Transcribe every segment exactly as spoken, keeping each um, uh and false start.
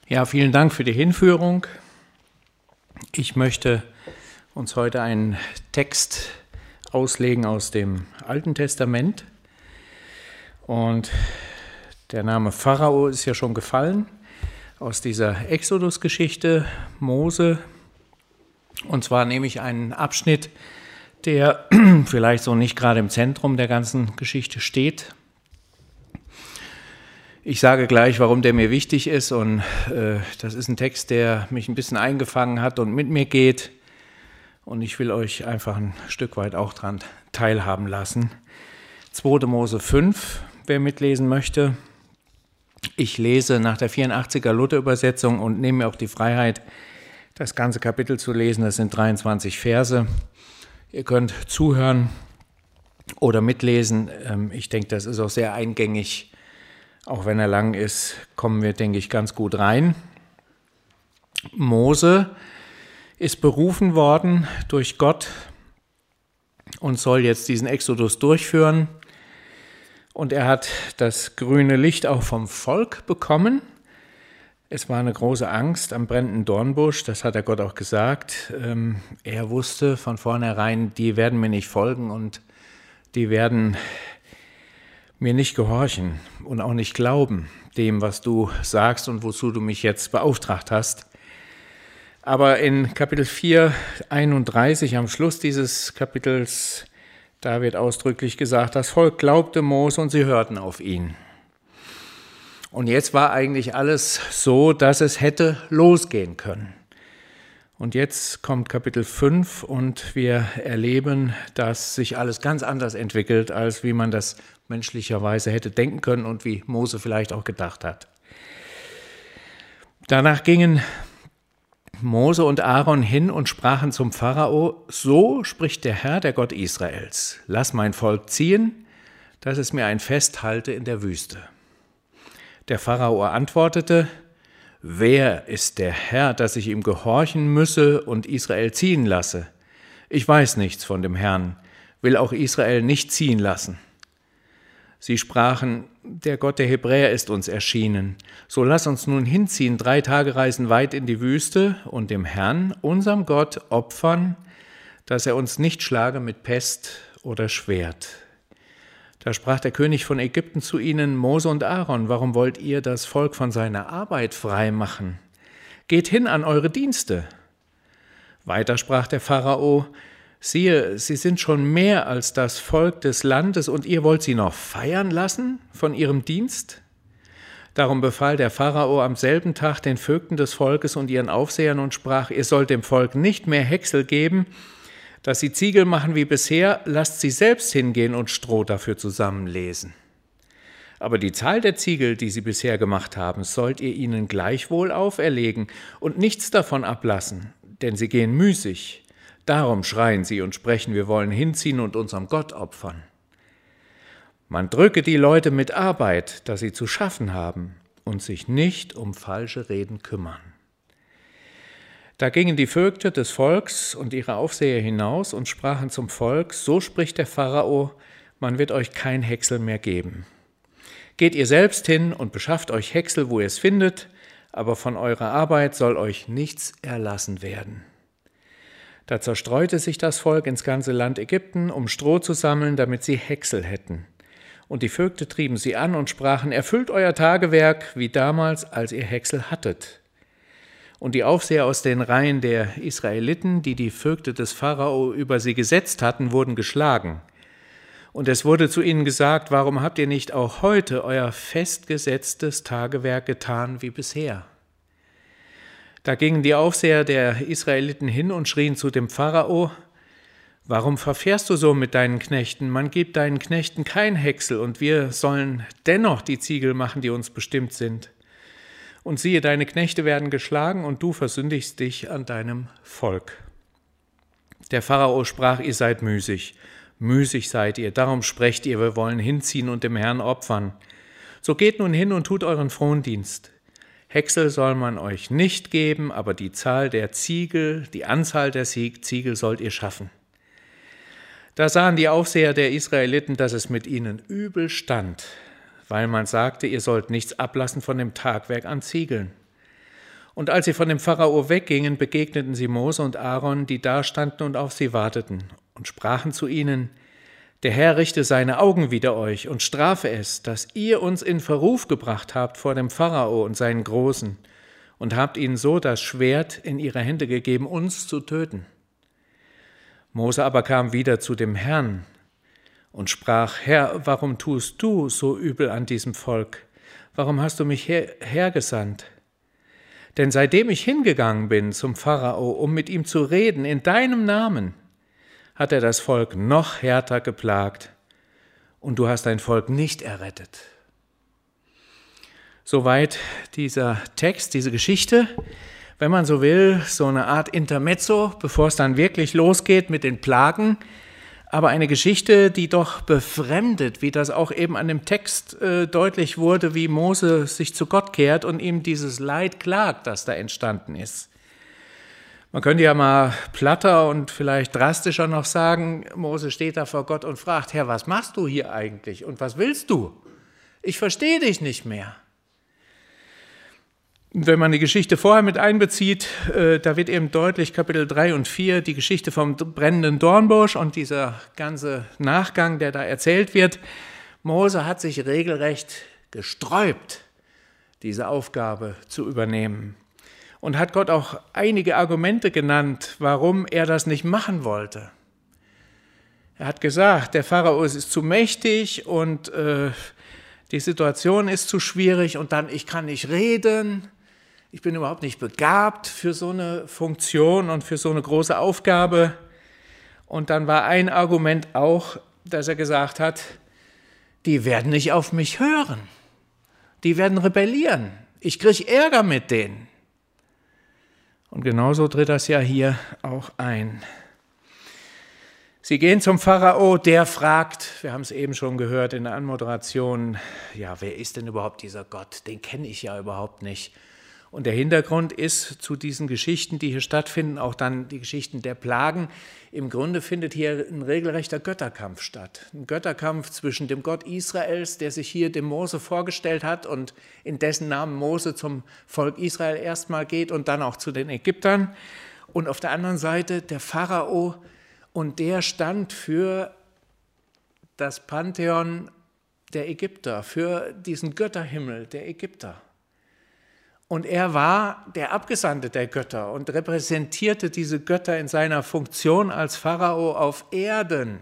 Ja, vielen Dank für die Hinführung. Ich möchte uns heute einen Text auslegen aus dem Alten Testament. Und der Name Pharao ist ja schon gefallen aus dieser Exodus-Geschichte Mose. Und zwar nehme ich einen Abschnitt, der vielleicht so nicht gerade im Zentrum der ganzen Geschichte steht. Ich sage gleich, warum der mir wichtig ist, und äh, das ist ein Text, der mich ein bisschen eingefangen hat und mit mir geht, und ich will euch einfach ein Stück weit auch daran teilhaben lassen. zweiter Mose fünf, wer mitlesen möchte. Ich lese nach der vierundachtziger Luther-Übersetzung und nehme mir auch die Freiheit, das ganze Kapitel zu lesen. Das sind dreiundzwanzig Verse. Ihr könnt zuhören oder mitlesen. Ich denke, das ist auch sehr eingängig. Auch wenn er lang ist, kommen wir, denke ich, ganz gut rein. Mose ist berufen worden durch Gott und soll jetzt diesen Exodus durchführen. Und er hat das grüne Licht auch vom Volk bekommen. Es war eine große Angst am brennenden Dornbusch, das hat der Gott auch gesagt. Er wusste von vornherein, die werden mir nicht folgen und die werden mir nicht gehorchen und auch nicht glauben dem, was du sagst und wozu du mich jetzt beauftragt hast. Aber in Kapitel vier, einunddreißig, am Schluss dieses Kapitels, da wird ausdrücklich gesagt, das Volk glaubte Mose und sie hörten auf ihn. Und jetzt war eigentlich alles so, dass es hätte losgehen können. Und jetzt kommt Kapitel fünf und wir erleben, dass sich alles ganz anders entwickelt, als wie man das menschlicherweise hätte denken können und wie Mose vielleicht auch gedacht hat. Danach gingen Mose und Aaron hin und sprachen zum Pharao: So spricht der Herr, der Gott Israels: Lass mein Volk ziehen, dass es mir ein Fest halte in der Wüste. Der Pharao antwortete: Wer ist der Herr, dass ich ihm gehorchen müsse und Israel ziehen lasse? Ich weiß nichts von dem Herrn, will auch Israel nicht ziehen lassen. Sie sprachen: Der Gott der Hebräer ist uns erschienen. So lass uns nun hinziehen, drei Tagereisen weit in die Wüste, und dem Herrn, unserem Gott, opfern, dass er uns nicht schlage mit Pest oder Schwert. Da sprach der König von Ägypten zu ihnen: Mose und Aaron, warum wollt ihr das Volk von seiner Arbeit frei machen? Geht hin an eure Dienste. Weiter sprach der Pharao: Siehe, sie sind schon mehr als das Volk des Landes, und ihr wollt sie noch feiern lassen von ihrem Dienst? Darum befahl der Pharao am selben Tag den Vögten des Volkes und ihren Aufsehern und sprach: Ihr sollt dem Volk nicht mehr Häcksel geben, dass sie Ziegel machen wie bisher, lasst sie selbst hingehen und Stroh dafür zusammenlesen. Aber die Zahl der Ziegel, die sie bisher gemacht haben, sollt ihr ihnen gleichwohl auferlegen und nichts davon ablassen, denn sie gehen müßig. Darum schreien sie und sprechen: Wir wollen hinziehen und unserem Gott opfern. Man drücke die Leute mit Arbeit, dass sie zu schaffen haben, und sich nicht um falsche Reden kümmern. Da gingen die Vögte des Volks und ihre Aufseher hinaus und sprachen zum Volk: So spricht der Pharao, man wird euch kein Häcksel mehr geben. Geht ihr selbst hin und beschafft euch Häcksel, wo ihr es findet, aber von eurer Arbeit soll euch nichts erlassen werden. Da zerstreute sich das Volk ins ganze Land Ägypten, um Stroh zu sammeln, damit sie Häcksel hätten. Und die Vögte trieben sie an und sprachen: Erfüllt euer Tagewerk, wie damals, als ihr Häcksel hattet. Und die Aufseher aus den Reihen der Israeliten, die die Vögte des Pharao über sie gesetzt hatten, wurden geschlagen. Und es wurde zu ihnen gesagt: Warum habt ihr nicht auch heute euer festgesetztes Tagewerk getan wie bisher? Da gingen die Aufseher der Israeliten hin und schrien zu dem Pharao: Warum verfährst du so mit deinen Knechten? Man gibt deinen Knechten kein Häcksel, und wir sollen dennoch die Ziegel machen, die uns bestimmt sind. Und siehe, deine Knechte werden geschlagen, und du versündigst dich an deinem Volk. Der Pharao sprach: Ihr seid müßig, müßig seid ihr, darum sprecht ihr: Wir wollen hinziehen und dem Herrn opfern. So geht nun hin und tut euren Frondienst. Häcksel soll man euch nicht geben, aber die Zahl der Ziegel, die Anzahl der Ziegel sollt ihr schaffen. Da sahen die Aufseher der Israeliten, dass es mit ihnen übel stand, weil man sagte: Ihr sollt nichts ablassen von dem Tagwerk an Ziegeln. Und als sie von dem Pharao weggingen, begegneten sie Mose und Aaron, die da standen und auf sie warteten, und sprachen zu ihnen: Der Herr richte seine Augen wider euch und strafe es, dass ihr uns in Verruf gebracht habt vor dem Pharao und seinen Großen, und habt ihnen so das Schwert in ihre Hände gegeben, uns zu töten. Mose aber kam wieder zu dem Herrn und sprach: Herr, warum tust du so übel an diesem Volk? Warum hast du mich her- hergesandt? Denn seitdem ich hingegangen bin zum Pharao, um mit ihm zu reden in deinem Namen, hat er das Volk noch härter geplagt, und du hast dein Volk nicht errettet. Soweit dieser Text, diese Geschichte, wenn man so will, so eine Art Intermezzo, bevor es dann wirklich losgeht mit den Plagen, aber eine Geschichte, die doch befremdet, wie das auch eben an dem Text äh, deutlich wurde, wie Mose sich zu Gott kehrt und ihm dieses Leid klagt, das da entstanden ist. Man könnte ja mal platter und vielleicht drastischer noch sagen, Mose steht da vor Gott und fragt: Herr, was machst du hier eigentlich und was willst du? Ich verstehe dich nicht mehr. Wenn man die Geschichte vorher mit einbezieht, äh, da wird eben deutlich, Kapitel drei und vier, die Geschichte vom brennenden Dornbusch und dieser ganze Nachgang, der da erzählt wird. Mose hat sich regelrecht gesträubt, diese Aufgabe zu übernehmen, und hat Gott auch einige Argumente genannt, warum er das nicht machen wollte. Er hat gesagt, der Pharao ist zu mächtig und äh, die Situation ist zu schwierig, und dann, ich kann nicht reden. Ich bin überhaupt nicht begabt für so eine Funktion und für so eine große Aufgabe. Und dann war ein Argument auch, dass er gesagt hat, die werden nicht auf mich hören. Die werden rebellieren. Ich kriege Ärger mit denen. Und genauso tritt das ja hier auch ein. Sie gehen zum Pharao, der fragt, wir haben es eben schon gehört in der Anmoderation, ja, wer ist denn überhaupt dieser Gott? Den kenne ich ja überhaupt nicht. Und der Hintergrund ist zu diesen Geschichten, die hier stattfinden, auch dann die Geschichten der Plagen. Im Grunde findet hier ein regelrechter Götterkampf statt. Ein Götterkampf zwischen dem Gott Israels, der sich hier dem Mose vorgestellt hat und in dessen Namen Mose zum Volk Israel erstmal geht und dann auch zu den Ägyptern. Und auf der anderen Seite der Pharao, und der stand für das Pantheon der Ägypter, für diesen Götterhimmel der Ägypter. Und er war der Abgesandte der Götter und repräsentierte diese Götter in seiner Funktion als Pharao auf Erden.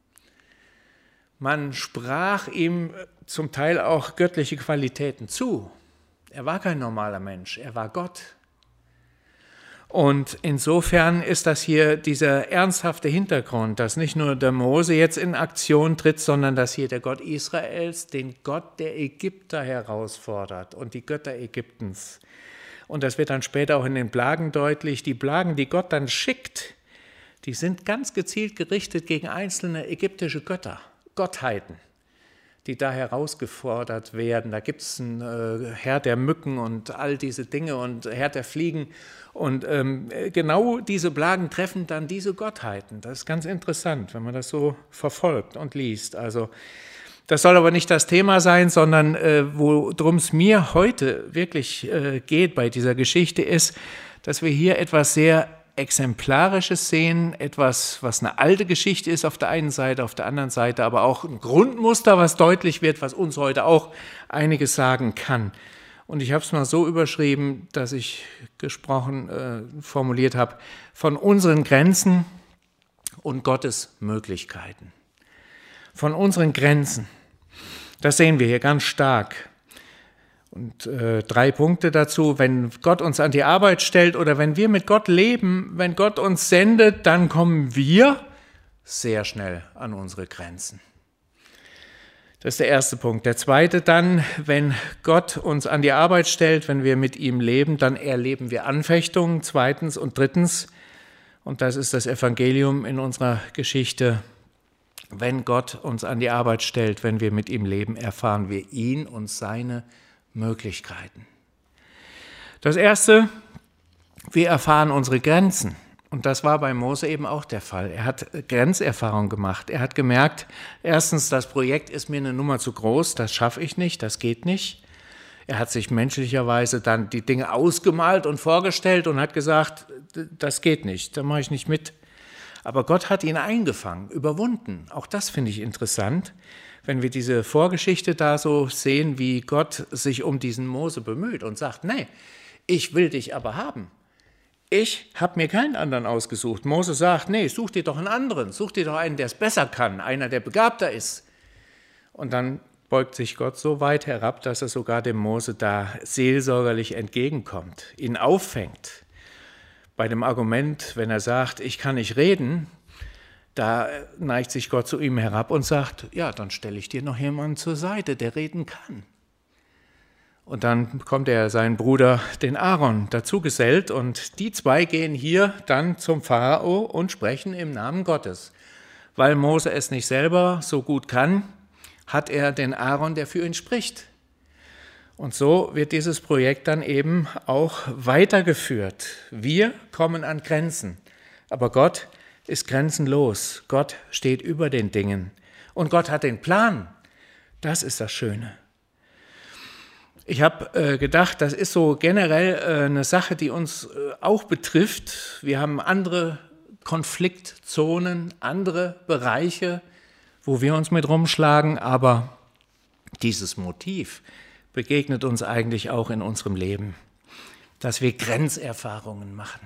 Man sprach ihm zum Teil auch göttliche Qualitäten zu. Er war kein normaler Mensch, er war Gott. Und insofern ist das hier dieser ernsthafte Hintergrund, dass nicht nur der Mose jetzt in Aktion tritt, sondern dass hier der Gott Israels den Gott der Ägypter herausfordert und die Götter Ägyptens. Und das wird dann später auch in den Plagen deutlich. Die Plagen, die Gott dann schickt, die sind ganz gezielt gerichtet gegen einzelne ägyptische Götter, Gottheiten, die da herausgefordert werden. Da gibt es einen äh, Herr der Mücken und all diese Dinge und Herr der Fliegen. Und ähm, genau diese Plagen treffen dann diese Gottheiten. Das ist ganz interessant, wenn man das so verfolgt und liest. Also das soll aber nicht das Thema sein, sondern äh, worum es mir heute wirklich äh, geht bei dieser Geschichte ist, dass wir hier etwas sehr Exemplarisches sehen, etwas, was eine alte Geschichte ist auf der einen Seite, auf der anderen Seite aber auch ein Grundmuster, was deutlich wird, was uns heute auch einiges sagen kann. Und ich habe es mal so überschrieben, dass ich gesprochen, äh, formuliert habe, von unseren Grenzen und Gottes Möglichkeiten. Von unseren Grenzen. Das sehen wir hier ganz stark. Und äh, drei Punkte dazu: Wenn Gott uns an die Arbeit stellt oder wenn wir mit Gott leben, wenn Gott uns sendet, dann kommen wir sehr schnell an unsere Grenzen. Das ist der erste Punkt. Der zweite dann, wenn Gott uns an die Arbeit stellt, wenn wir mit ihm leben, dann erleben wir Anfechtungen. Zweitens und drittens, und das ist das Evangelium in unserer Geschichte, wenn Gott uns an die Arbeit stellt, wenn wir mit ihm leben, erfahren wir ihn und seine Möglichkeiten. Das erste, wir erfahren unsere Grenzen. Und das war bei Mose eben auch der Fall. Er hat Grenzerfahrung gemacht. Er hat gemerkt, erstens, das Projekt ist mir eine Nummer zu groß, das schaffe ich nicht, das geht nicht. Er hat sich menschlicherweise dann die Dinge ausgemalt und vorgestellt und hat gesagt, das geht nicht, da mache ich nicht mit. Aber Gott hat ihn eingefangen, überwunden. Auch das finde ich interessant, wenn wir diese Vorgeschichte da so sehen, wie Gott sich um diesen Mose bemüht und sagt, nee, ich will dich aber haben. Ich habe mir keinen anderen ausgesucht. Mose sagt, nee, such dir doch einen anderen, such dir doch einen, der es besser kann, einer, der begabter ist. Und dann beugt sich Gott so weit herab, dass er sogar dem Mose da seelsorgerlich entgegenkommt, ihn auffängt. Bei dem Argument, wenn er sagt, ich kann nicht reden, da neigt sich Gott zu ihm herab und sagt, ja, dann stelle ich dir noch jemanden zur Seite, der reden kann. Und dann kommt er seinen Bruder, den Aaron, dazu gesellt und die zwei gehen hier dann zum Pharao und sprechen im Namen Gottes. Weil Mose es nicht selber so gut kann, hat er den Aaron, der für ihn spricht. Und so wird dieses Projekt dann eben auch weitergeführt. Wir kommen an Grenzen, aber Gott ist grenzenlos. Gott steht über den Dingen und Gott hat den Plan. Das ist das Schöne. Ich habe äh, gedacht, das ist so generell äh, eine Sache, die uns äh, auch betrifft. Wir haben andere Konfliktzonen, andere Bereiche, wo wir uns mit rumschlagen, aber dieses Motiv begegnet uns eigentlich auch in unserem Leben, dass wir Grenzerfahrungen machen.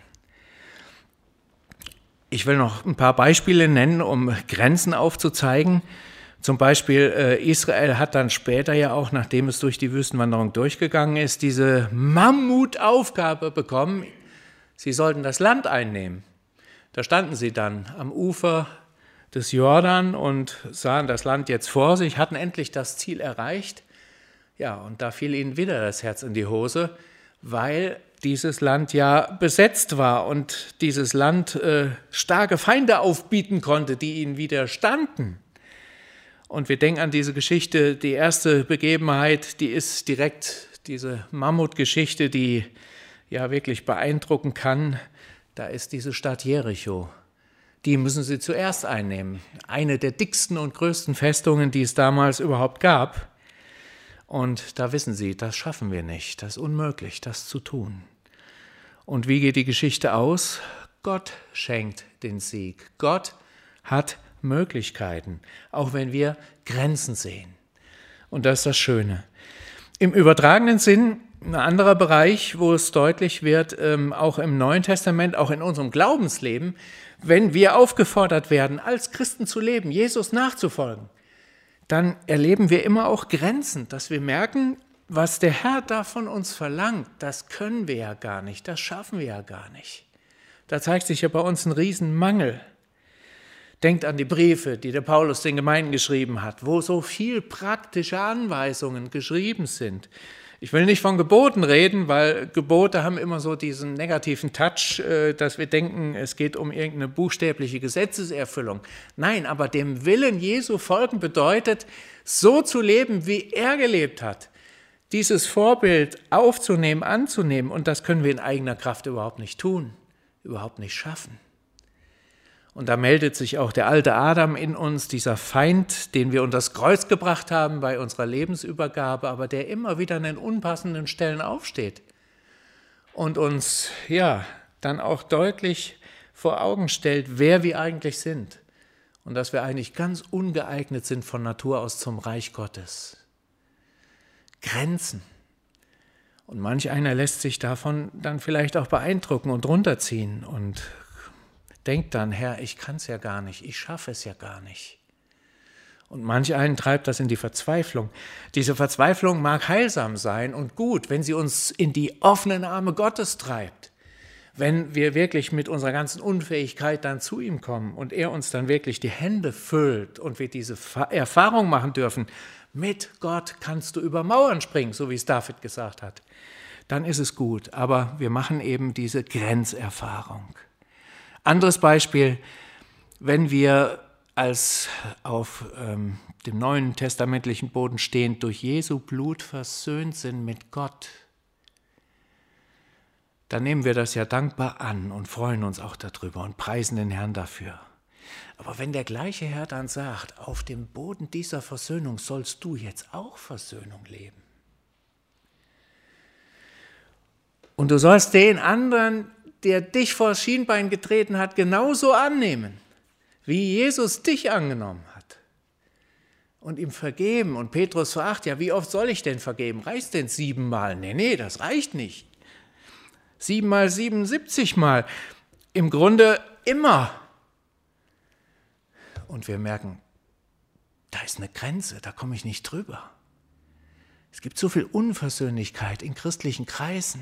Ich will noch ein paar Beispiele nennen, um Grenzen aufzuzeigen. Zum Beispiel äh, Israel hat dann später ja auch, nachdem es durch die Wüstenwanderung durchgegangen ist, diese Mammutaufgabe bekommen, sie sollten das Land einnehmen. Da standen sie dann am Ufer des Jordan und sahen das Land jetzt vor sich, hatten endlich das Ziel erreicht. Ja, und da fiel ihnen wieder das Herz in die Hose, weil dieses Land ja besetzt war und dieses Land äh, starke Feinde aufbieten konnte, die ihnen widerstanden. Und wir denken an diese Geschichte, die erste Begebenheit, die ist direkt diese Mammutgeschichte, die ja wirklich beeindrucken kann. Da ist diese Stadt Jericho. Die müssen sie zuerst einnehmen. Eine der dicksten und größten Festungen, die es damals überhaupt gab. Und da wissen sie, das schaffen wir nicht, das ist unmöglich, das zu tun. Und wie geht die Geschichte aus? Gott schenkt den Sieg. Gott hat Möglichkeiten, auch wenn wir Grenzen sehen. Und das ist das Schöne. Im übertragenen Sinn, ein anderer Bereich, wo es deutlich wird, ähm, auch im Neuen Testament, auch in unserem Glaubensleben, wenn wir aufgefordert werden, als Christen zu leben, Jesus nachzufolgen, dann erleben wir immer auch Grenzen, dass wir merken, was der Herr da von uns verlangt, das können wir ja gar nicht, das schaffen wir ja gar nicht. Da zeigt sich ja bei uns ein Riesenmangel. Denkt an die Briefe, die der Paulus den Gemeinden geschrieben hat, wo so viel praktische Anweisungen geschrieben sind. Ich will nicht von Geboten reden, weil Gebote haben immer so diesen negativen Touch, dass wir denken, es geht um irgendeine buchstäbliche Gesetzeserfüllung. Nein, aber dem Willen Jesu folgen bedeutet, so zu leben, wie er gelebt hat. Dieses Vorbild aufzunehmen, anzunehmen, und das können wir in eigener Kraft überhaupt nicht tun, überhaupt nicht schaffen. Und da meldet sich auch der alte Adam in uns, dieser Feind, den wir unter das Kreuz gebracht haben bei unserer Lebensübergabe, aber der immer wieder an den unpassenden Stellen aufsteht und uns ja dann auch deutlich vor Augen stellt, wer wir eigentlich sind und dass wir eigentlich ganz ungeeignet sind von Natur aus zum Reich Gottes. Grenzen. Und manch einer lässt sich davon dann vielleicht auch beeindrucken und runterziehen und denkt dann, Herr, ich kann es ja gar nicht, ich schaffe es ja gar nicht. Und manch einen treibt das in die Verzweiflung. Diese Verzweiflung mag heilsam sein und gut, wenn sie uns in die offenen Arme Gottes treibt. Wenn wir wirklich mit unserer ganzen Unfähigkeit dann zu ihm kommen und er uns dann wirklich die Hände füllt und wir diese Erfahrung machen dürfen, mit Gott kannst du über Mauern springen, so wie es David gesagt hat, dann ist es gut. Aber wir machen eben diese Grenzerfahrung. Anderes Beispiel, wenn wir als auf ähm, dem neuen testamentlichen Boden stehend durch Jesu Blut versöhnt sind mit Gott, dann nehmen wir das ja dankbar an und freuen uns auch darüber und preisen den Herrn dafür. Aber wenn der gleiche Herr dann sagt, auf dem Boden dieser Versöhnung sollst du jetzt auch Versöhnung leben, Und du sollst den anderen, der dich vor das Schienbein getreten hat, genauso annehmen, wie Jesus dich angenommen hat. Und ihm vergeben. Und Petrus fragt, ja, wie oft soll ich denn vergeben? Reicht denn siebenmal? Nee, nee, das reicht nicht. Siebenmal, siebenundsiebzig Mal. Im Grunde immer. Und wir merken, da ist eine Grenze, da komme ich nicht drüber. Es gibt so viel Unversöhnlichkeit in christlichen Kreisen.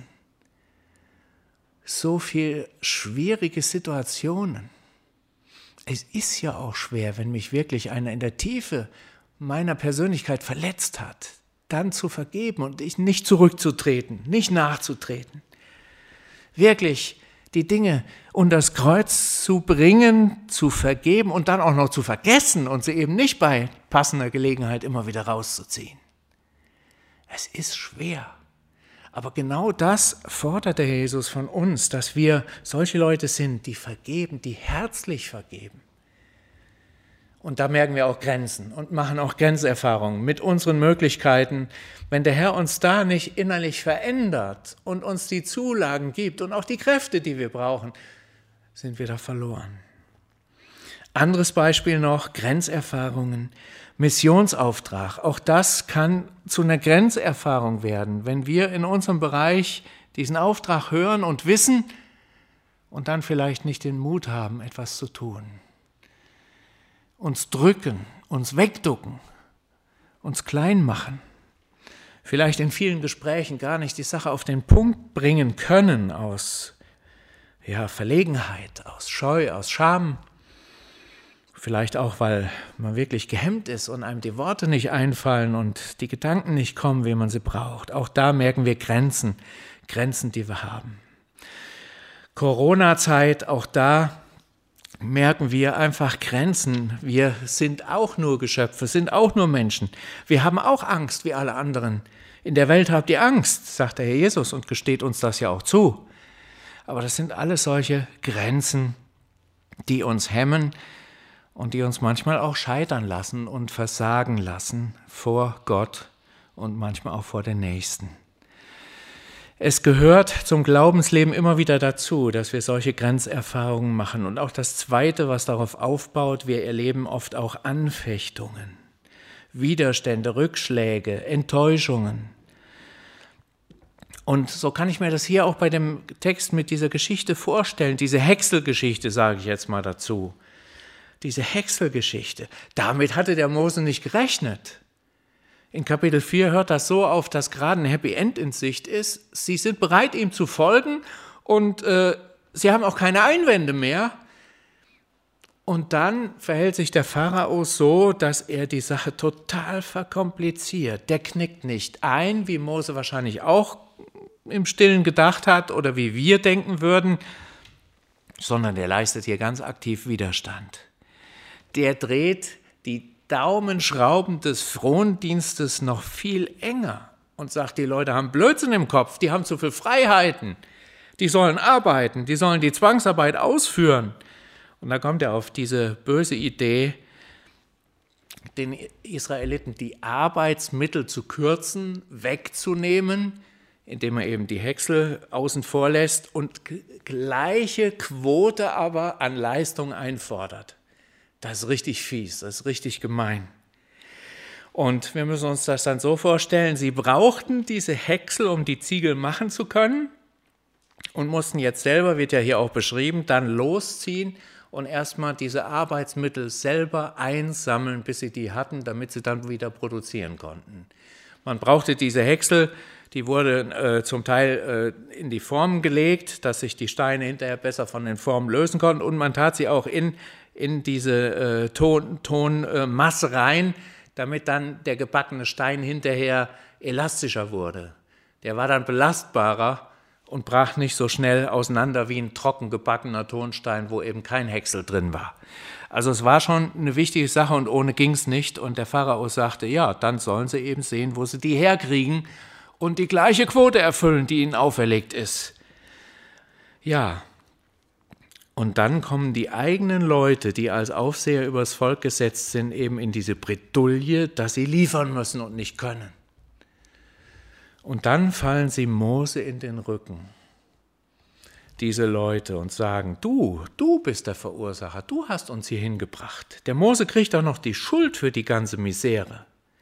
So viel schwierige Situationen. Es ist ja auch schwer, wenn mich wirklich einer in der Tiefe meiner Persönlichkeit verletzt hat, dann zu vergeben und nicht zurückzutreten, nicht nachzutreten. Wirklich die Dinge unter das Kreuz zu bringen, zu vergeben und dann auch noch zu vergessen und sie eben nicht bei passender Gelegenheit immer wieder rauszuziehen. Es ist schwer. Aber genau das fordert der Jesus von uns, dass wir solche Leute sind, die vergeben, die herzlich vergeben. Und da merken wir auch Grenzen und machen auch Grenzerfahrungen mit unseren Möglichkeiten. Wenn der Herr uns da nicht innerlich verändert und uns die Zulagen gibt und auch die Kräfte, die wir brauchen, sind wir da verloren. Anderes Beispiel noch, Grenzerfahrungen, Missionsauftrag. Auch das kann zu einer Grenzerfahrung werden, wenn wir in unserem Bereich diesen Auftrag hören und wissen und dann vielleicht nicht den Mut haben, etwas zu tun. Uns drücken, uns wegducken, uns klein machen, vielleicht in vielen Gesprächen gar nicht die Sache auf den Punkt bringen können aus ja, Verlegenheit, aus Scheu, aus Scham, vielleicht auch, weil man wirklich gehemmt ist und einem die Worte nicht einfallen und die Gedanken nicht kommen, wie man sie braucht. Auch da merken wir Grenzen, Grenzen, die wir haben. Corona-Zeit, auch da merken wir einfach Grenzen. Wir sind auch nur Geschöpfe, sind auch nur Menschen. Wir haben auch Angst wie alle anderen. In der Welt habt ihr Angst, sagt der Herr Jesus und gesteht uns das ja auch zu. Aber das sind alles solche Grenzen, die uns hemmen und die uns manchmal auch scheitern lassen und versagen lassen vor Gott und manchmal auch vor den Nächsten. Es gehört zum Glaubensleben immer wieder dazu, dass wir solche Grenzerfahrungen machen. Und auch das Zweite, was darauf aufbaut, wir erleben oft auch Anfechtungen, Widerstände, Rückschläge, Enttäuschungen. Und so kann ich mir das hier auch bei dem Text mit dieser Geschichte vorstellen, diese Häckselgeschichte, sage ich jetzt mal dazu. Diese Häckselgeschichte, damit hatte der Mose nicht gerechnet. In Kapitel vier hört das so auf, dass gerade ein Happy End in Sicht ist. Sie sind bereit, ihm zu folgen und äh, sie haben auch keine Einwände mehr. Und dann verhält sich der Pharao so, dass er die Sache total verkompliziert. Der knickt nicht ein, wie Mose wahrscheinlich auch im Stillen gedacht hat oder wie wir denken würden, sondern der leistet hier ganz aktiv Widerstand. Der dreht die Daumenschrauben des Frondienstes noch viel enger und sagt, die Leute haben Blödsinn im Kopf, die haben zu viel Freiheiten, die sollen arbeiten, die sollen die Zwangsarbeit ausführen. Und da kommt er auf diese böse Idee, den Israeliten die Arbeitsmittel zu kürzen, wegzunehmen, indem er eben die Häcksel außen vor lässt und gleiche Quote aber an Leistung einfordert. Das ist richtig fies, das ist richtig gemein. Und wir müssen uns das dann so vorstellen, sie brauchten diese Häcksel, um die Ziegel machen zu können und mussten jetzt selber, wird ja hier auch beschrieben, dann losziehen und erstmal diese Arbeitsmittel selber einsammeln, bis sie die hatten, damit sie dann wieder produzieren konnten. Man brauchte diese Häcksel, die wurden äh, zum Teil äh, in die Formen gelegt, dass sich die Steine hinterher besser von den Formen lösen konnten und man tat sie auch in in diese äh, Ton, Tonmasse rein, damit dann der gebackene Stein hinterher elastischer wurde. Der war dann belastbarer und brach nicht so schnell auseinander wie ein trocken gebackener Tonstein, wo eben kein Häcksel drin war. Also es war schon eine wichtige Sache und ohne ging es nicht. Und der Pharao sagte, ja, dann sollen sie eben sehen, wo sie die herkriegen und die gleiche Quote erfüllen, die ihnen auferlegt ist. Ja, und dann kommen die eigenen Leute, die als Aufseher übers Volk gesetzt sind, eben in diese Bredouille, dass sie liefern müssen und nicht können. Und dann fallen sie Mose in den Rücken diese Leute und sagen, du, du bist der Verursacher, du hast uns hier hingebracht. Der Mose kriegt auch noch die Schuld für die ganze Misere.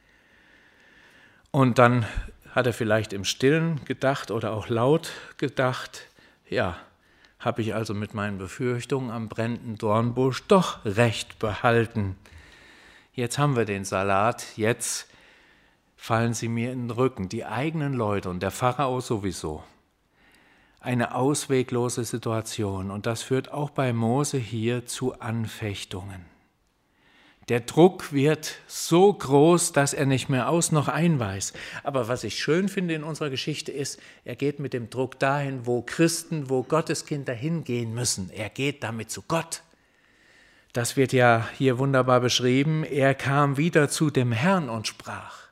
Und dann hat er vielleicht im Stillen gedacht oder auch laut gedacht, ja, habe ich also mit meinen Befürchtungen am brennenden Dornbusch doch recht behalten. Jetzt haben wir den Salat, jetzt fallen sie mir in den Rücken, die eigenen Leute und der Pharao sowieso. Eine ausweglose Situation und das führt auch bei Mose hier zu Anfechtungen. Der Druck wird so groß, dass er nicht mehr aus noch ein weiß. Aber was ich schön finde in unserer Geschichte ist, er geht mit dem Druck dahin, wo Christen, wo Gotteskinder hingehen müssen. Er geht damit zu Gott. Das wird ja hier wunderbar beschrieben. Er kam wieder zu dem Herrn und sprach.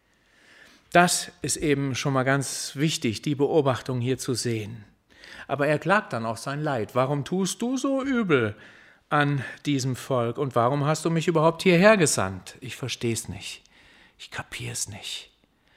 Das ist eben schon mal ganz wichtig, die Beobachtung hier zu sehen. Aber er klagt dann auch sein Leid. Warum tust du so übel an diesem Volk und warum hast du mich überhaupt hierher gesandt? Ich verstehe es nicht. Ich kapiere es nicht.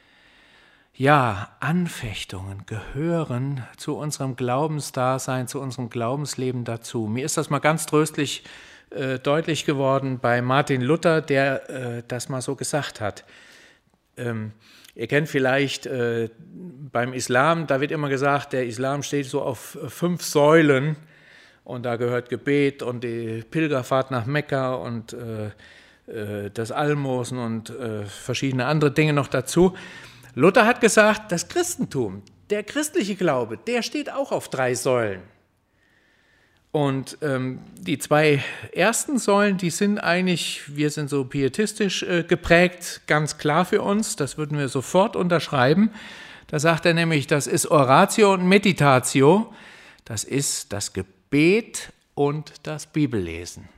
Ja, Anfechtungen gehören zu unserem Glaubensdasein, zu unserem Glaubensleben dazu. Mir ist das mal ganz tröstlich äh, deutlich geworden bei Martin Luther, der äh, das mal so gesagt hat. Ähm, Ihr kennt vielleicht äh, beim Islam, da wird immer gesagt, der Islam steht so auf fünf Säulen und da gehört Gebet und die Pilgerfahrt nach Mekka und äh, äh, das Almosen und äh, verschiedene andere Dinge noch dazu. Luther hat gesagt, das Christentum, der christliche Glaube, der steht auch auf drei Säulen. Und ähm, die zwei ersten Säulen, die sind eigentlich, wir sind so pietistisch äh, geprägt, ganz klar für uns, das würden wir sofort unterschreiben. Da sagt er nämlich, das ist Oratio und Meditatio, das ist das Gebet und das Bibellesen.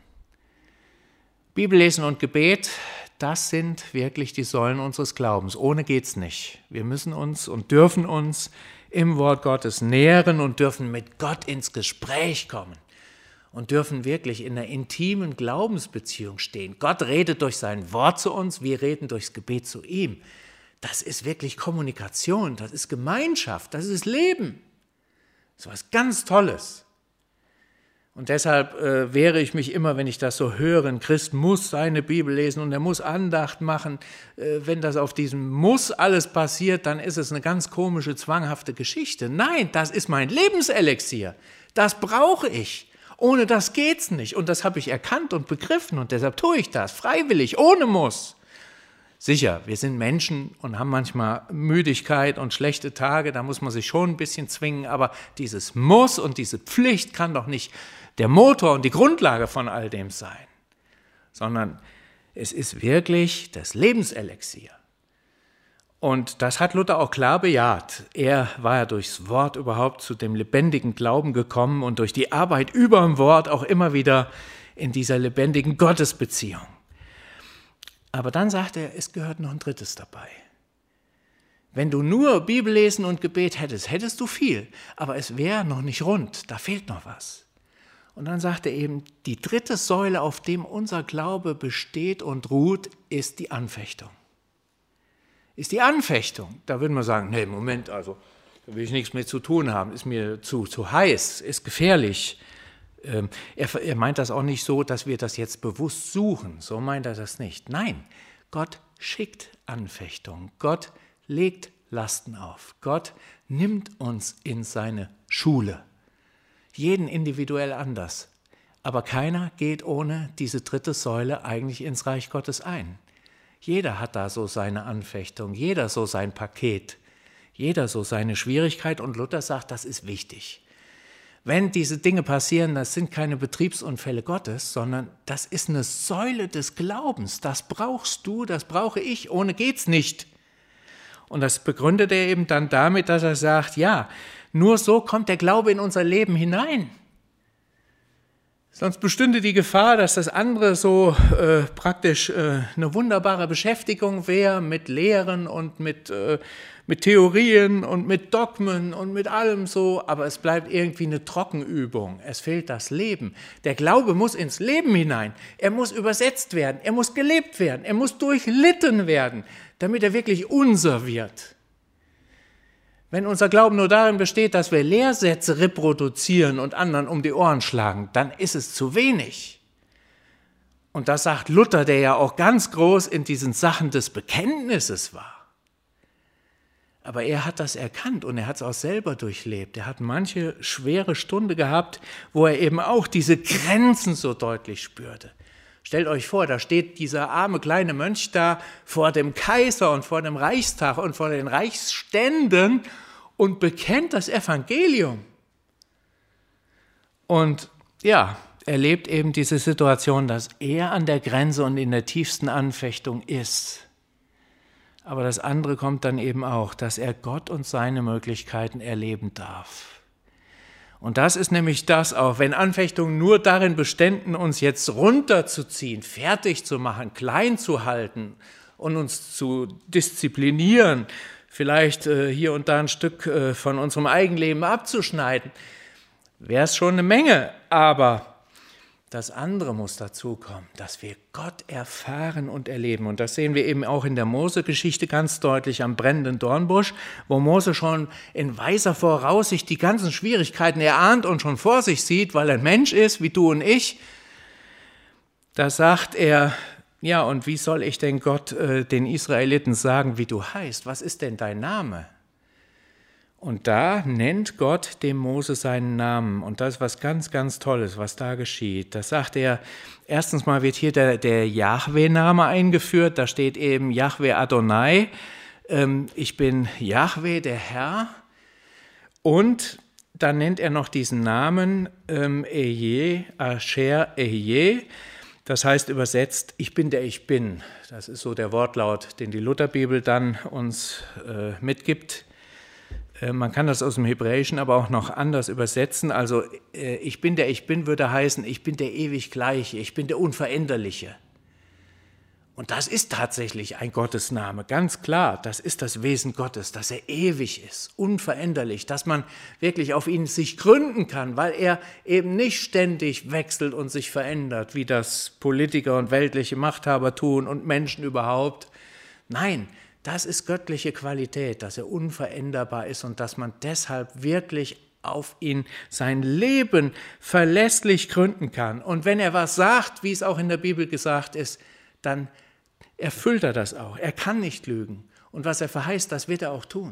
Bibellesen und Gebet, das sind wirklich die Säulen unseres Glaubens, ohne geht's nicht. Wir müssen uns und dürfen uns im Wort Gottes nähren und dürfen mit Gott ins Gespräch kommen und dürfen wirklich in einer intimen Glaubensbeziehung stehen. Gott redet durch sein Wort zu uns, wir reden durchs Gebet zu ihm. Das ist wirklich Kommunikation, das ist Gemeinschaft, das ist Leben. Das ist was ganz Tolles. Und deshalb äh, wehre ich mich immer, wenn ich das so höre, ein Christ muss seine Bibel lesen und er muss Andacht machen. Äh, wenn das auf diesem Muss alles passiert, dann ist es eine ganz komische, zwanghafte Geschichte. Nein, das ist mein Lebenselixier. Das brauche ich. Ohne das geht's nicht. Und das habe ich erkannt und begriffen und deshalb tue ich das, freiwillig, ohne Muss. Sicher, wir sind Menschen und haben manchmal Müdigkeit und schlechte Tage, da muss man sich schon ein bisschen zwingen, aber dieses Muss und diese Pflicht kann doch nicht der Motor und die Grundlage von all dem sein, sondern es ist wirklich das Lebenselixier. Und das hat Luther auch klar bejaht. Er war ja durchs Wort überhaupt zu dem lebendigen Glauben gekommen und durch die Arbeit über dem Wort auch immer wieder in dieser lebendigen Gottesbeziehung. Aber dann sagt er, es gehört noch ein drittes dabei. Wenn du nur Bibellesen und Gebet hättest, hättest du viel, aber es wäre noch nicht rund, da fehlt noch was. Und dann sagt er eben, die dritte Säule, auf dem unser Glaube besteht und ruht, ist die Anfechtung. Ist die Anfechtung. Da würde man sagen, nee, Moment, also da will ich nichts mehr zu tun haben, ist mir zu, zu heiß, ist gefährlich. Ähm, er, er meint das auch nicht so, dass wir das jetzt bewusst suchen, so meint er das nicht. Nein, Gott schickt Anfechtung, Gott legt Lasten auf, Gott nimmt uns in seine Schule. Jeden individuell anders, aber keiner geht ohne diese dritte Säule eigentlich ins Reich Gottes ein. Jeder hat da so seine Anfechtung, jeder so sein Paket, jeder so seine Schwierigkeit und Luther sagt, das ist wichtig. Wenn diese Dinge passieren, das sind keine Betriebsunfälle Gottes, sondern das ist eine Säule des Glaubens. Das brauchst du, das brauche ich, ohne geht's nicht. Und das begründet er eben dann damit, dass er sagt, ja, nur so kommt der Glaube in unser Leben hinein. Sonst bestünde die Gefahr, dass das andere so äh, praktisch äh, eine wunderbare Beschäftigung wäre mit Lehren und mit, äh, mit Theorien und mit Dogmen und mit allem so, aber es bleibt irgendwie eine Trockenübung. Es fehlt das Leben. Der Glaube muss ins Leben hinein. Er muss übersetzt werden, er muss gelebt werden, er muss durchlitten werden, damit er wirklich unser wird. Wenn unser Glauben nur darin besteht, dass wir Lehrsätze reproduzieren und anderen um die Ohren schlagen, dann ist es zu wenig. Und das sagt Luther, der ja auch ganz groß in diesen Sachen des Bekenntnisses war. Aber er hat das erkannt und er hat es auch selber durchlebt. Er hat manche schwere Stunde gehabt, wo er eben auch diese Grenzen so deutlich spürte. Stellt euch vor, da steht dieser arme kleine Mönch da vor dem Kaiser und vor dem Reichstag und vor den Reichsständen und bekennt das Evangelium. Und ja, erlebt eben diese Situation, dass er an der Grenze und in der tiefsten Anfechtung ist. Aber das andere kommt dann eben auch, dass er Gott und seine Möglichkeiten erleben darf. Und das ist nämlich das auch, wenn Anfechtungen nur darin beständen, uns jetzt runterzuziehen, fertig zu machen, klein zu halten und uns zu disziplinieren, vielleicht äh, hier und da ein Stück äh, von unserem Eigenleben abzuschneiden, wäre es schon eine Menge. Aber das andere muss dazukommen, dass wir Gott erfahren und erleben. Und das sehen wir eben auch in der Mose-Geschichte ganz deutlich am brennenden Dornbusch, wo Mose schon in weiser Voraussicht die ganzen Schwierigkeiten erahnt und schon vor sich sieht, weil er ein Mensch ist, wie du und ich. Da sagt er, ja, und wie soll ich denn Gott, äh, den Israeliten sagen, wie du heißt? Was ist denn dein Name? Und da nennt Gott dem Mose seinen Namen. Und das ist was ganz, ganz Tolles, was da geschieht. Da sagt er, erstens mal wird hier der, der Jahwe-Name eingeführt. Da steht eben Jahwe Adonai. Ähm, ich bin Jahwe, der Herr. Und dann nennt er noch diesen Namen ähm, Eje, Asher Eje. Das heißt übersetzt, ich bin der ich bin. Das ist so der Wortlaut, den die Lutherbibel dann uns äh, mitgibt. Man kann das aus dem Hebräischen aber auch noch anders übersetzen. Also ich bin der ich bin würde heißen, ich bin der ewig Gleiche, ich bin der Unveränderliche. Und das ist tatsächlich ein Gottesname, ganz klar. Das ist das Wesen Gottes, dass er ewig ist, unveränderlich, dass man wirklich auf ihn sich gründen kann, weil er eben nicht ständig wechselt und sich verändert, wie das Politiker und weltliche Machthaber tun und Menschen überhaupt. Nein, das ist göttliche Qualität, dass er unveränderbar ist und dass man deshalb wirklich auf ihn sein Leben verlässlich gründen kann. Und wenn er was sagt, wie es auch in der Bibel gesagt ist, dann erfüllt er das auch. Er kann nicht lügen. Und was er verheißt, das wird er auch tun.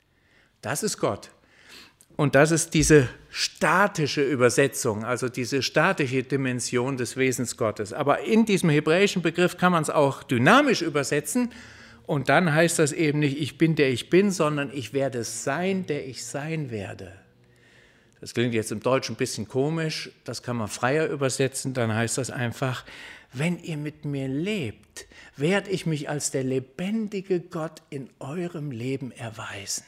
Das ist Gott. Und das ist diese statische Übersetzung, also diese statische Dimension des Wesens Gottes. Aber in diesem hebräischen Begriff kann man es auch dynamisch übersetzen. Und dann heißt das eben nicht, ich bin der ich bin, sondern ich werde sein, der ich sein werde. Das klingt jetzt im Deutschen ein bisschen komisch, das kann man freier übersetzen, dann heißt das einfach, wenn ihr mit mir lebt, werde ich mich als der lebendige Gott in eurem Leben erweisen.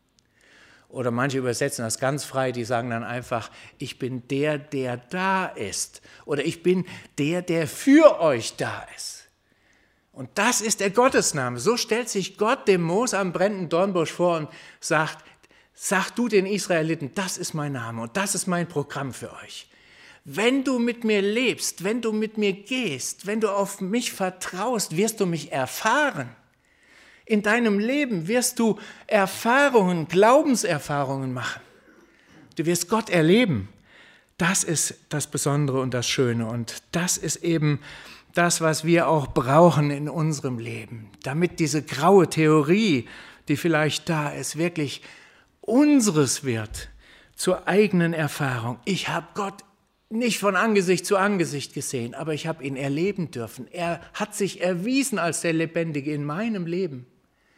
Oder manche übersetzen das ganz frei, die sagen dann einfach, ich bin der, der da ist. Oder ich bin der, der für euch da ist. Und das ist der Gottesname. So stellt sich Gott dem Mose am brennenden Dornbusch vor und sagt, sag du den Israeliten, das ist mein Name und das ist mein Programm für euch. Wenn du mit mir lebst, wenn du mit mir gehst, wenn du auf mich vertraust, wirst du mich erfahren. In deinem Leben wirst du Erfahrungen, Glaubenserfahrungen machen. Du wirst Gott erleben. Das ist das Besondere und das Schöne und das ist eben das, was wir auch brauchen in unserem Leben, damit diese graue Theorie, die vielleicht da ist, wirklich unseres wird, zur eigenen Erfahrung. Ich habe Gott nicht von Angesicht zu Angesicht gesehen, aber ich habe ihn erleben dürfen. Er hat sich erwiesen als der Lebendige in meinem Leben.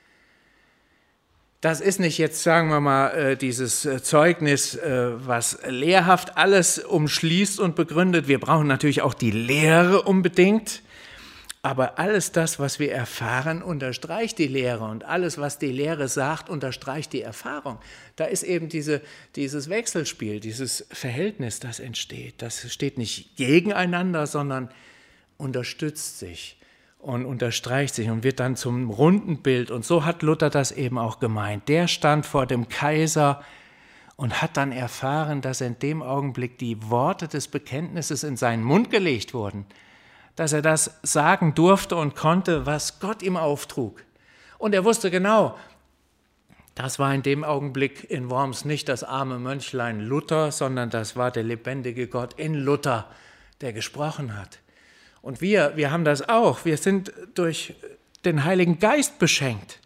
Das ist nicht jetzt, sagen wir mal, dieses Zeugnis, was lehrhaft alles umschließt und begründet. Wir brauchen natürlich auch die Lehre unbedingt, aber alles das, was wir erfahren, unterstreicht die Lehre und alles, was die Lehre sagt, unterstreicht die Erfahrung. Da ist eben diese, dieses Wechselspiel, dieses Verhältnis, das entsteht. Das steht nicht gegeneinander, sondern unterstützt sich und unterstreicht sich und wird dann zum runden Bild. Und so hat Luther das eben auch gemeint. Der stand vor dem Kaiser und hat dann erfahren, dass in dem Augenblick die Worte des Bekenntnisses in seinen Mund gelegt wurden, dass er das sagen durfte und konnte, was Gott ihm auftrug. Und er wusste genau, Das war in dem Augenblick in Worms nicht das arme Mönchlein Luther, sondern das war der lebendige Gott in Luther, der gesprochen hat. Und wir, wir haben das auch. Wir sind durch den Heiligen Geist beschenkt.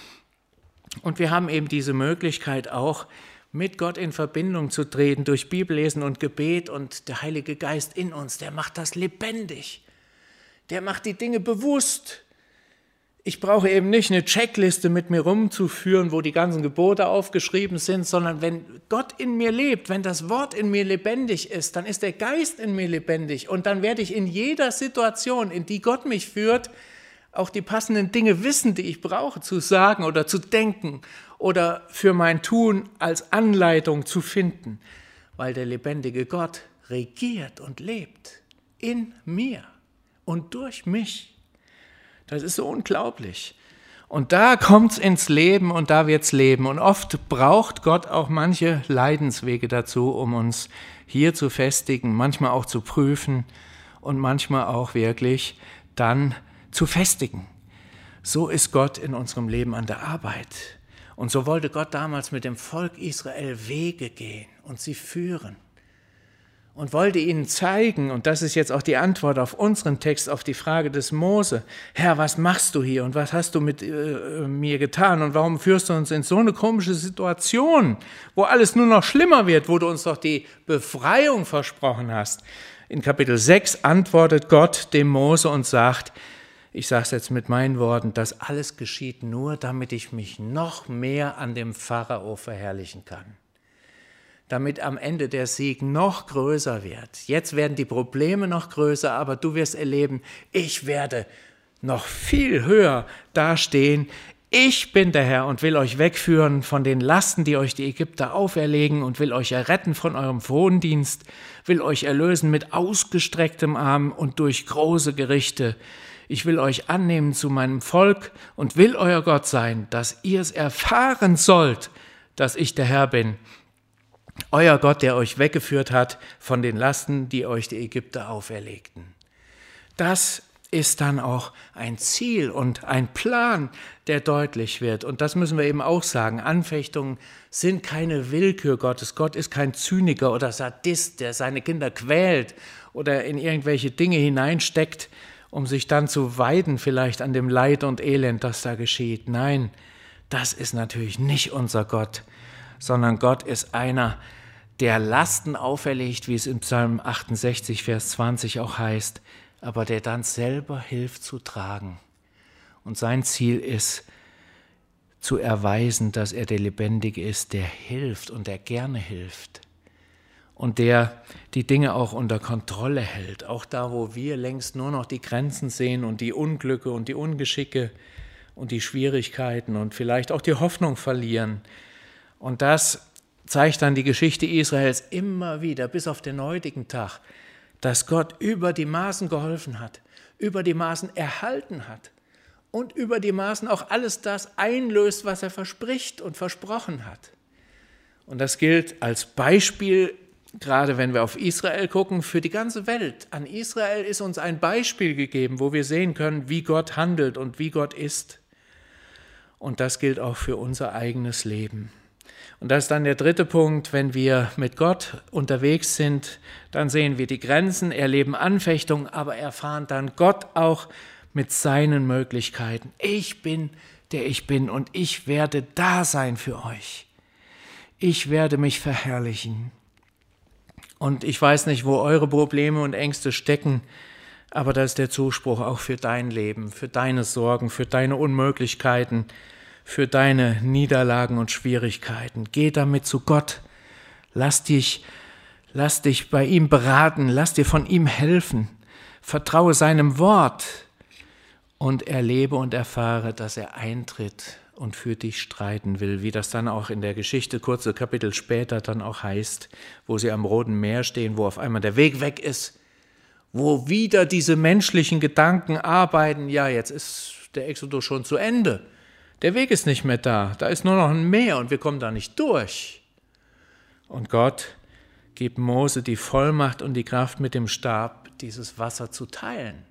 Und wir haben eben diese Möglichkeit auch, mit Gott in Verbindung zu treten durch Bibellesen und Gebet. Und der Heilige Geist in uns, der macht das lebendig. Der macht die Dinge bewusst. Ich brauche eben nicht eine Checkliste mit mir rumzuführen, wo die ganzen Gebote aufgeschrieben sind, sondern wenn Gott in mir lebt, wenn das Wort in mir lebendig ist, dann ist der Geist in mir lebendig und dann werde ich in jeder Situation, in die Gott mich führt, auch die passenden Dinge wissen, die ich brauche, zu sagen oder zu denken oder für mein Tun als Anleitung zu finden, weil der lebendige Gott regiert und lebt in mir und durch mich. Das ist so unglaublich. Und da kommt es ins Leben und da wird es leben. Und oft braucht Gott auch manche Leidenswege dazu, um uns hier zu festigen, manchmal auch zu prüfen und manchmal auch wirklich dann zu festigen. So ist Gott in unserem Leben an der Arbeit. Und so wollte Gott damals mit dem Volk Israel Wege gehen und sie führen. Und wollte ihnen zeigen, und das ist jetzt auch die Antwort auf unseren Text, auf die Frage des Mose, Herr, was machst du hier und was hast du mit äh, mir getan und warum führst du uns in so eine komische Situation, wo alles nur noch schlimmer wird, wo du uns doch die Befreiung versprochen hast. In Kapitel sechs antwortet Gott dem Mose und sagt, ich sage es jetzt mit meinen Worten, das alles geschieht nur, damit ich mich noch mehr an dem Pharao verherrlichen kann. Damit am Ende der Sieg noch größer wird. Jetzt werden die Probleme noch größer, aber du wirst erleben, ich werde noch viel höher dastehen. Ich bin der Herr und will euch wegführen von den Lasten, die euch die Ägypter auferlegen und will euch erretten von eurem Frondienst, will euch erlösen mit ausgestrecktem Arm und durch große Gerichte. Ich will euch annehmen zu meinem Volk und will euer Gott sein, dass ihr es erfahren sollt, dass ich der Herr bin. Euer Gott, der euch weggeführt hat von den Lasten, die euch die Ägypter auferlegten. Das ist dann auch ein Ziel und ein Plan, der deutlich wird. Und das müssen wir eben auch sagen. Anfechtungen sind keine Willkür Gottes. Gott ist kein Zyniker oder Sadist, der seine Kinder quält oder in irgendwelche Dinge hineinsteckt, um sich dann zu weiden vielleicht an dem Leid und Elend, das da geschieht. Nein, das ist natürlich nicht unser Gott, sondern Gott ist einer, der Lasten auferlegt, wie es im Psalm achtundsechzig, Vers zwanzig auch heißt, aber der dann selber hilft zu tragen. Und sein Ziel ist, zu erweisen, dass er der Lebendige ist, der hilft und der gerne hilft. Und der die Dinge auch unter Kontrolle hält, auch da, wo wir längst nur noch die Grenzen sehen und die Unglücke und die Ungeschicke und die Schwierigkeiten und vielleicht auch die Hoffnung verlieren. Und das zeigt dann die Geschichte Israels immer wieder, bis auf den heutigen Tag, dass Gott über die Maßen geholfen hat, über die Maßen erhalten hat und über die Maßen auch alles das einlöst, was er verspricht und versprochen hat. Und das gilt als Beispiel, gerade wenn wir auf Israel gucken, für die ganze Welt. An Israel ist uns ein Beispiel gegeben, wo wir sehen können, wie Gott handelt und wie Gott ist. Und das gilt auch für unser eigenes Leben. Und das ist dann der dritte Punkt, wenn wir mit Gott unterwegs sind, dann sehen wir die Grenzen, erleben Anfechtungen, aber erfahren dann Gott auch mit seinen Möglichkeiten. Ich bin, der ich bin und ich werde da sein für euch. Ich werde mich verherrlichen. Und ich weiß nicht, wo eure Probleme und Ängste stecken, aber das ist der Zuspruch auch für dein Leben, für deine Sorgen, für deine Unmöglichkeiten, für deine Niederlagen und Schwierigkeiten. Geh damit zu Gott. Lass dich, lass dich bei ihm beraten. Lass dir von ihm helfen. Vertraue seinem Wort und erlebe und erfahre, dass er eintritt und für dich streiten will, wie das dann auch in der Geschichte kurze Kapitel später dann auch heißt, wo sie am Roten Meer stehen, wo auf einmal der Weg weg ist, wo wieder diese menschlichen Gedanken arbeiten, ja, jetzt ist der Exodus schon zu Ende. Der Weg ist nicht mehr da, da ist nur noch ein Meer und wir kommen da nicht durch. Und Gott gibt Mose die Vollmacht und die Kraft mit dem Stab, dieses Wasser zu teilen.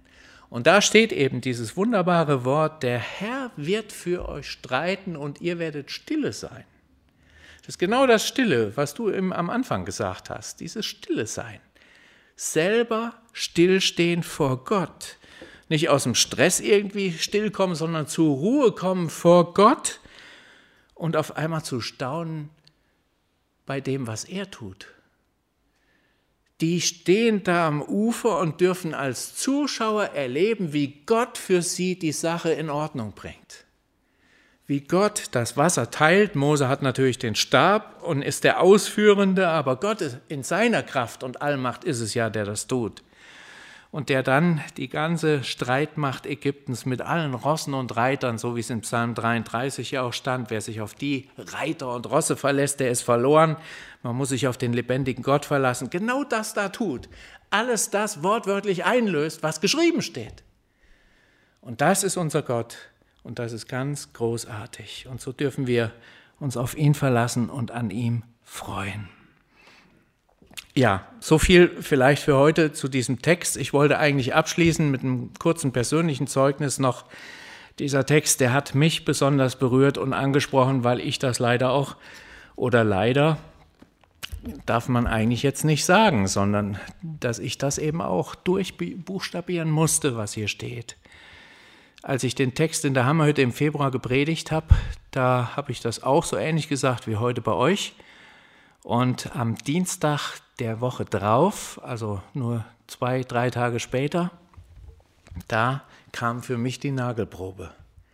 Und da steht eben dieses wunderbare Wort, der Herr wird für euch streiten und ihr werdet stille sein. Das ist genau das Stille, was du im, am Anfang gesagt hast, dieses Stille sein. Selber stillstehen vor Gott. Nicht aus dem Stress irgendwie stillkommen, sondern zur Ruhe kommen vor Gott und auf einmal zu staunen bei dem, was er tut. Die stehen da am Ufer und dürfen als Zuschauer erleben, wie Gott für sie die Sache in Ordnung bringt. Wie Gott das Wasser teilt. Mose hat natürlich den Stab und ist der Ausführende, aber Gott ist in seiner Kraft und Allmacht ist es ja, der das tut. Und der dann die ganze Streitmacht Ägyptens mit allen Rossen und Reitern, so wie es in Psalm dreiunddreißig ja auch stand, wer sich auf die Reiter und Rosse verlässt, der ist verloren. Man muss sich auf den lebendigen Gott verlassen. Genau das da tut. Alles das wortwörtlich einlöst, was geschrieben steht. Und das ist unser Gott und das ist ganz großartig. Und so dürfen wir uns auf ihn verlassen und an ihm freuen. Ja, so viel vielleicht für heute zu diesem Text. Ich wollte eigentlich abschließen mit einem kurzen persönlichen Zeugnis noch. Dieser Text, der hat mich besonders berührt und angesprochen, weil ich das leider auch, oder leider, darf man eigentlich jetzt nicht sagen, sondern dass ich das eben auch durchbuchstabieren musste, was hier steht. Als ich den Text in der Hammerhütte im Februar gepredigt habe, da habe ich das auch so ähnlich gesagt wie heute bei euch. Und am Dienstag der Woche drauf, also nur zwei, drei Tage später, da kam für mich die Nagelprobe.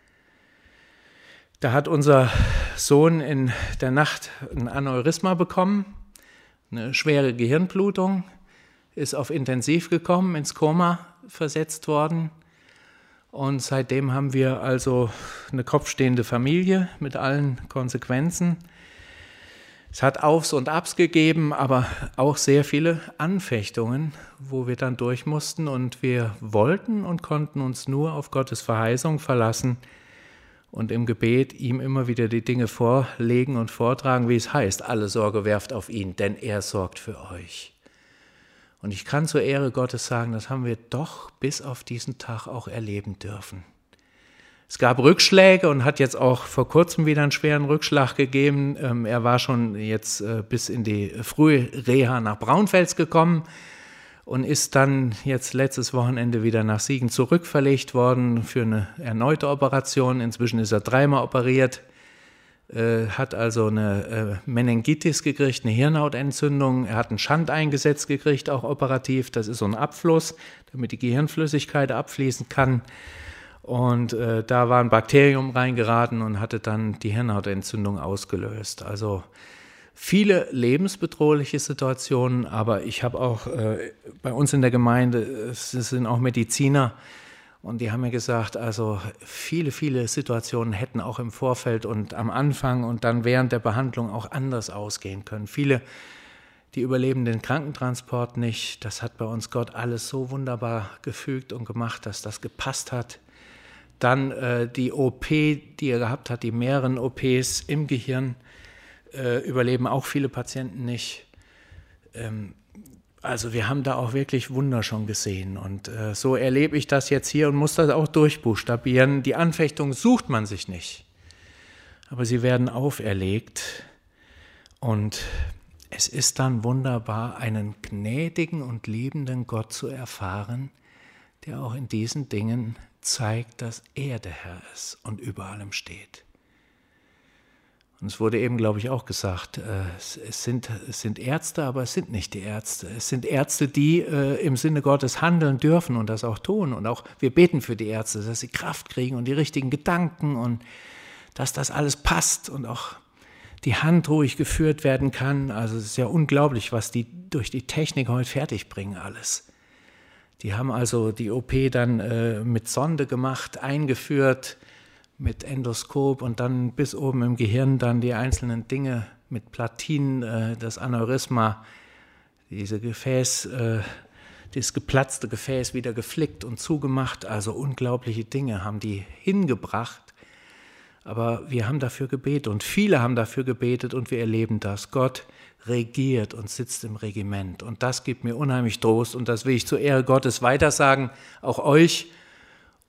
Da hat unser Sohn in der Nacht ein Aneurysma bekommen, eine schwere Gehirnblutung, ist auf Intensiv gekommen, ins Koma versetzt worden. Und seitdem haben wir also eine kopfstehende Familie mit allen Konsequenzen. Es hat Aufs und Abs gegeben, aber auch sehr viele Anfechtungen, wo wir dann durch mussten und wir wollten und konnten uns nur auf Gottes Verheißung verlassen und im Gebet ihm immer wieder die Dinge vorlegen und vortragen, wie es heißt, alle Sorge werft auf ihn, denn er sorgt für euch. Und ich kann zur Ehre Gottes sagen, das haben wir doch bis auf diesen Tag auch erleben dürfen. Es gab Rückschläge und hat jetzt auch vor kurzem wieder einen schweren Rückschlag gegeben. Ähm, er war schon jetzt äh, bis in die frühe Reha nach Braunfels gekommen und ist dann jetzt letztes Wochenende wieder nach Siegen zurückverlegt worden für eine erneute Operation. Inzwischen ist er dreimal operiert, äh, hat also eine äh, Meningitis gekriegt, eine Hirnhautentzündung. Er hat einen Schand eingesetzt gekriegt, auch operativ. Das ist so ein Abfluss, damit die Gehirnflüssigkeit abfließen kann. Und äh, da war ein Bakterium reingeraten und hatte dann die Hirnhautentzündung ausgelöst. Also viele lebensbedrohliche Situationen, aber ich habe auch äh, bei uns in der Gemeinde, es sind auch Mediziner und die haben mir gesagt, also viele, viele Situationen hätten auch im Vorfeld und am Anfang und dann während der Behandlung auch anders ausgehen können. Viele, die überleben den Krankentransport nicht. Das hat bei uns Gott alles so wunderbar gefügt und gemacht, dass das gepasst hat. Dann äh, die O P, die er gehabt hat, die mehreren O Ps im Gehirn, äh, überleben auch viele Patienten nicht. Ähm, also wir haben da auch wirklich Wunder schon gesehen. Und äh, so erlebe ich das jetzt hier und muss das auch durchbuchstabieren. Die Anfechtung sucht man sich nicht, aber sie werden auferlegt. Und es ist dann wunderbar, einen gnädigen und liebenden Gott zu erfahren, der auch in diesen Dingen zeigt, dass er der Herr ist und über allem steht. Und es wurde eben, glaube ich, auch gesagt, äh, es, es, sind, es sind Ärzte, aber es sind nicht die Ärzte. Es sind Ärzte, die äh, im Sinne Gottes handeln dürfen und das auch tun. Und auch wir beten für die Ärzte, dass sie Kraft kriegen und die richtigen Gedanken und dass das alles passt und auch die Hand ruhig geführt werden kann. Also es ist ja unglaublich, was die durch die Technik heute fertig bringen alles. Die haben also die O P dann äh, mit Sonde gemacht, eingeführt, mit Endoskop und dann bis oben im Gehirn dann die einzelnen Dinge mit Platinen, äh, das Aneurysma, diese Gefäß, äh, dieses geplatzte Gefäß wieder geflickt und zugemacht. Also unglaubliche Dinge haben die hingebracht. Aber wir haben dafür gebetet und viele haben dafür gebetet und wir erleben das. Gott regiert und sitzt im Regiment und das gibt mir unheimlich Trost und das will ich zur Ehre Gottes weitersagen, auch euch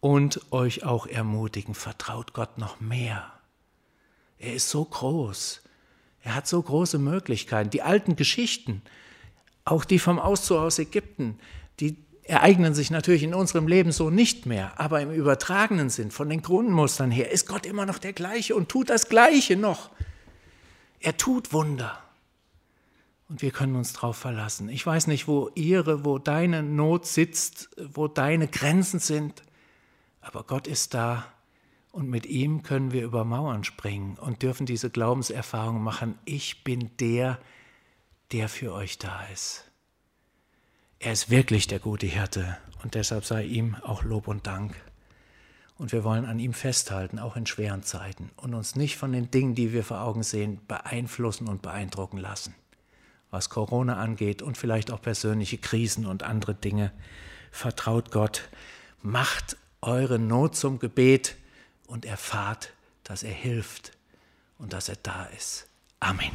und euch auch ermutigen, vertraut Gott noch mehr. Er ist so groß, er hat so große Möglichkeiten. Die alten Geschichten, auch die vom Auszug aus Ägypten, die ereignen sich natürlich in unserem Leben so nicht mehr, aber im übertragenen Sinn, von den Grundmustern her, ist Gott immer noch der Gleiche und tut das Gleiche noch. Er tut Wunder und wir können uns darauf verlassen. Ich weiß nicht, wo ihre, wo deine Not sitzt, wo deine Grenzen sind, aber Gott ist da und mit ihm können wir über Mauern springen und dürfen diese Glaubenserfahrung machen. Ich bin der, der für euch da ist. Er ist wirklich der gute Hirte und deshalb sei ihm auch Lob und Dank. Und wir wollen an ihm festhalten, auch in schweren Zeiten und uns nicht von den Dingen, die wir vor Augen sehen, beeinflussen und beeindrucken lassen. Was Corona angeht und vielleicht auch persönliche Krisen und andere Dinge, vertraut Gott, macht eure Not zum Gebet und erfahrt, dass er hilft und dass er da ist. Amen.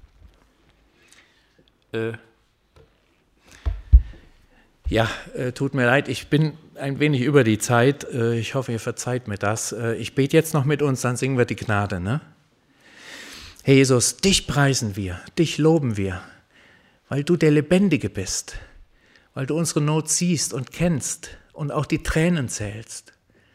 Äh, Ja, äh, tut mir leid, ich bin ein wenig über die Zeit. Äh, ich hoffe, ihr verzeiht mir das. Äh, ich bete jetzt noch mit uns, dann singen wir die Gnade, ne? Herr Jesus, dich preisen wir, dich loben wir, weil du der Lebendige bist, weil du unsere Not siehst und kennst und auch die Tränen zählst.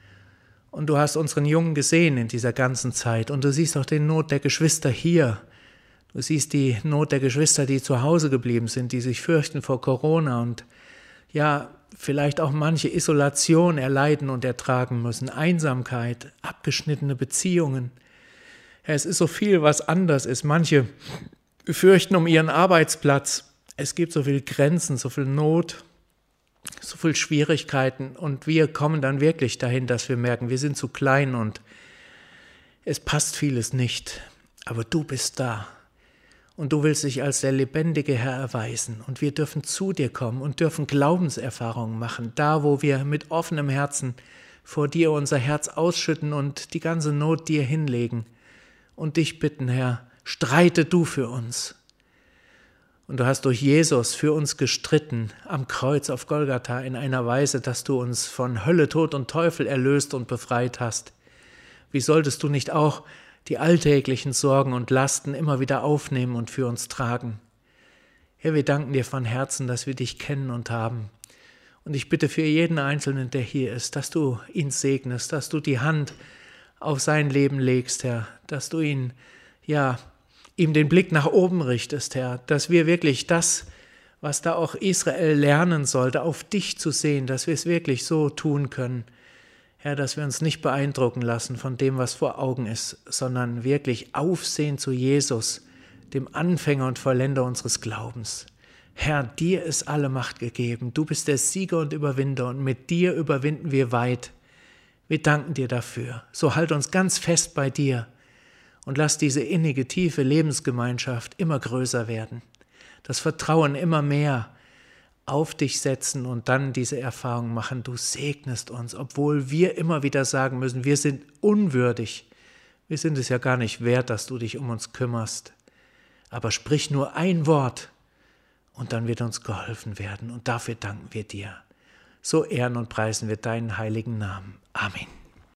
Und du hast unseren Jungen gesehen in dieser ganzen Zeit und du siehst auch die Not der Geschwister hier. Du siehst die Not der Geschwister, die zu Hause geblieben sind, die sich fürchten vor Corona und ja, vielleicht auch manche Isolation erleiden und ertragen müssen, Einsamkeit, abgeschnittene Beziehungen. Ja, es ist so viel, was anders ist. Manche fürchten um ihren Arbeitsplatz. Es gibt so viele Grenzen, so viel Not, so viele Schwierigkeiten und wir kommen dann wirklich dahin, dass wir merken, wir sind zu klein und es passt vieles nicht, aber du bist da. Und du willst dich als der lebendige Herr erweisen. Und wir dürfen zu dir kommen und dürfen Glaubenserfahrungen machen, da wo wir mit offenem Herzen vor dir unser Herz ausschütten und die ganze Not dir hinlegen und dich bitten, Herr, streite du für uns. Und du hast durch Jesus für uns gestritten am Kreuz auf Golgatha in einer Weise, dass du uns von Hölle, Tod und Teufel erlöst und befreit hast. Wie solltest du nicht auch die alltäglichen Sorgen und Lasten immer wieder aufnehmen und für uns tragen? Herr, wir danken dir von Herzen, dass wir dich kennen und haben. Und ich bitte für jeden Einzelnen, der hier ist, dass du ihn segnest, dass du die Hand auf sein Leben legst, Herr, dass du ihn, ja, ihm den Blick nach oben richtest, Herr, dass wir wirklich das, was da auch Israel lernen sollte, auf dich zu sehen, dass wir es wirklich so tun können, Herr, dass wir uns nicht beeindrucken lassen von dem, was vor Augen ist, sondern wirklich aufsehen zu Jesus, dem Anfänger und Vollender unseres Glaubens. Herr, dir ist alle Macht gegeben. Du bist der Sieger und Überwinder und mit dir überwinden wir weit. Wir danken dir dafür. So halt uns ganz fest bei dir und lass diese innige, tiefe Lebensgemeinschaft immer größer werden. Das Vertrauen immer mehr auf dich setzen und dann diese Erfahrung machen, du segnest uns, obwohl wir immer wieder sagen müssen, wir sind unwürdig, wir sind es ja gar nicht wert, dass du dich um uns kümmerst, aber sprich nur ein Wort und dann wird uns geholfen werden und dafür danken wir dir. So ehren und preisen wir deinen heiligen Namen. Amen.